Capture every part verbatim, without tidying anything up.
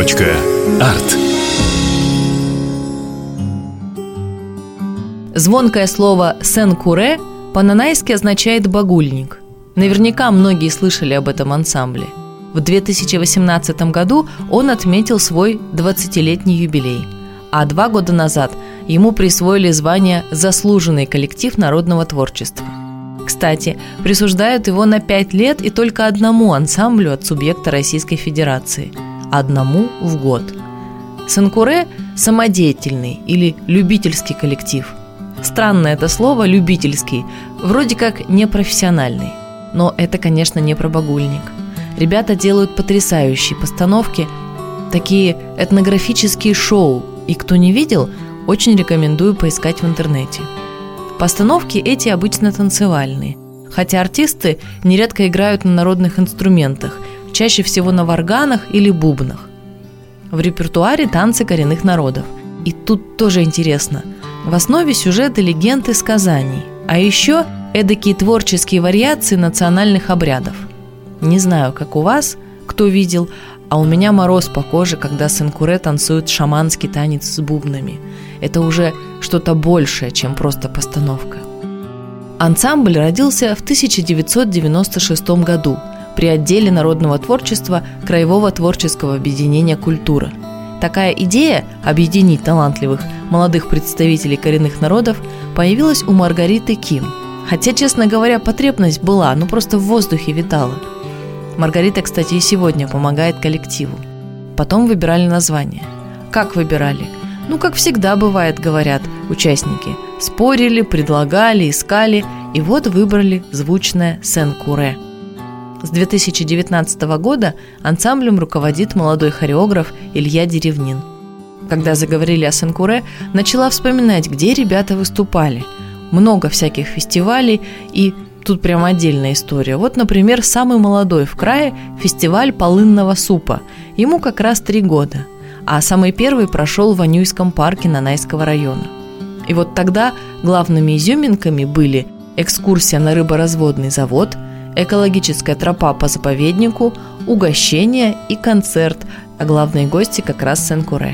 Точка. Арт. Звонкое слово «сен-куре» по-нанайски означает «багульник». Наверняка многие слышали об этом ансамбле. В две тысячи восемнадцатом году он отметил свой двадцатилетний юбилей, а два года назад ему присвоили звание «Заслуженный коллектив народного творчества». Кстати, присуждают его на пять лет и только одному ансамблю от субъекта Российской Федерации. Одному в год. Сен-куре – самодеятельный или любительский коллектив. Странное это слово «любительский», вроде как непрофессиональный. Но это, конечно, не про багульник. Ребята делают потрясающие постановки, такие этнографические шоу. И кто не видел, очень рекомендую поискать в интернете. Постановки эти обычно танцевальные, хотя артисты нередко играют на народных инструментах, чаще всего на варганах или бубнах. В репертуаре танцы коренных народов. И тут тоже интересно. В основе сюжеты, легенды, сказаний, а еще эдакие творческие вариации национальных обрядов. Не знаю, как у вас, кто видел, а у меня мороз по коже, когда сен-куре танцует шаманский танец с бубнами. Это уже что-то большее, чем просто постановка. Ансамбль родился в тысяча девятьсот девяносто шестом году при отделе народного творчества Краевого творческого объединения «Культура». Такая идея объединить талантливых молодых представителей коренных народов появилась у Маргариты Ким. Хотя, честно говоря, потребность была, ну просто в воздухе витала. Маргарита, кстати, и сегодня помогает коллективу. Потом выбирали название. Как выбирали? Ну, как всегда бывает, говорят участники. Спорили, предлагали, искали, и вот выбрали звучное «сен-куре». С две тысячи девятнадцатого года ансамблем руководит молодой хореограф Илья Деревнин. Когда заговорили о сен-куре, начала вспоминать, где ребята выступали. Много всяких фестивалей, и тут прямо отдельная история. Вот, например, самый молодой в крае фестиваль полынного супа. Ему как раз три года. А самый первый прошел в Анюйском парке Нанайского района. И вот тогда главными изюминками были экскурсия на рыборазводный завод, экологическая тропа по заповеднику, угощение и концерт, а главные гости как раз сен-куре.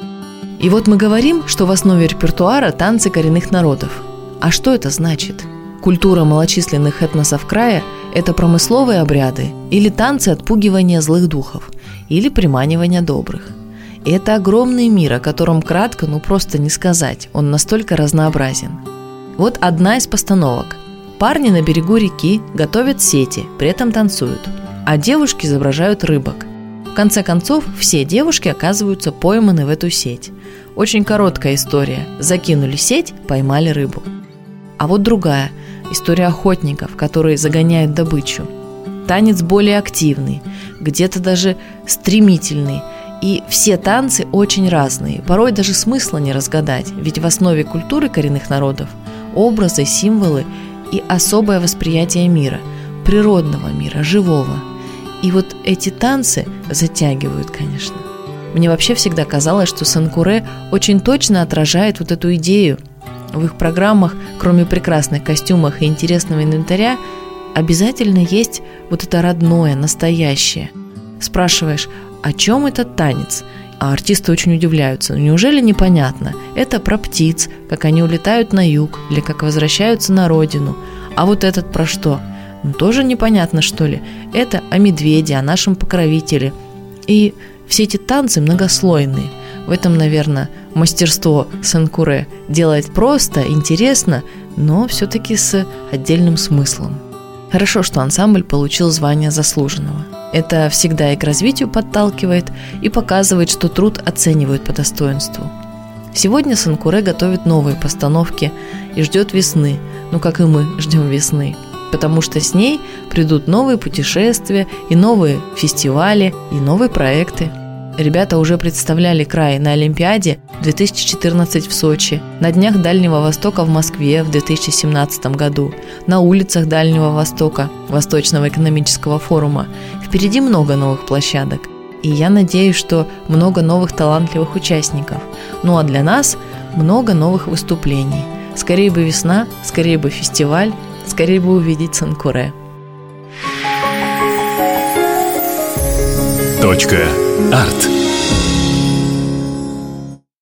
И вот мы говорим, что в основе репертуара танцы коренных народов. А что это значит? Культура малочисленных этносов края – это промысловые обряды или танцы отпугивания злых духов, или приманивания добрых. И это огромный мир, о котором кратко, ну просто не сказать, он настолько разнообразен. Вот одна из постановок. Парни на берегу реки готовят сети, при этом танцуют, а девушки изображают рыбок. В конце концов, все девушки оказываются пойманы в эту сеть. Очень короткая история. Закинули сеть, поймали рыбу. А вот другая. История охотников, которые загоняют добычу. Танец более активный, где-то даже стремительный. И все танцы очень разные. Порой даже смысла не разгадать, ведь в основе культуры коренных народов образы, символы и особое восприятие мира, природного мира, живого. И вот эти танцы затягивают, конечно. Мне вообще всегда казалось, что сен-куре очень точно отражает вот эту идею. В их программах, кроме прекрасных костюмов и интересного инвентаря, обязательно есть вот это родное, настоящее. Спрашиваешь, о чем этот танец? А артисты очень удивляются. Неужели непонятно? Это про птиц, как они улетают на юг, или как возвращаются на родину. А вот этот про что? Ну, тоже непонятно, что ли? Это о медведе, о нашем покровителе. И все эти танцы многослойные. В этом, наверное, мастерство сен-куре. Делать просто, интересно, но все-таки с отдельным смыслом. Хорошо, что ансамбль получил звание заслуженного. Это всегда и к развитию подталкивает, и показывает, что труд оценивают по достоинству. Сегодня сен-куре готовит новые постановки и ждет весны, ну как и мы ждем весны, потому что с ней придут новые путешествия и новые фестивали, и новые проекты. Ребята уже представляли край на Олимпиаде две тысячи четырнадцать в Сочи, на Днях Дальнего Востока в Москве в две тысячи семнадцатом году, на улицах Дальнего Востока, Восточного экономического форума. Впереди много новых площадок. И я надеюсь, что много новых талантливых участников. Ну а для нас много новых выступлений. Скорее бы весна, скорее бы фестиваль, скорее бы увидеть сен-куре. Точка. Арт.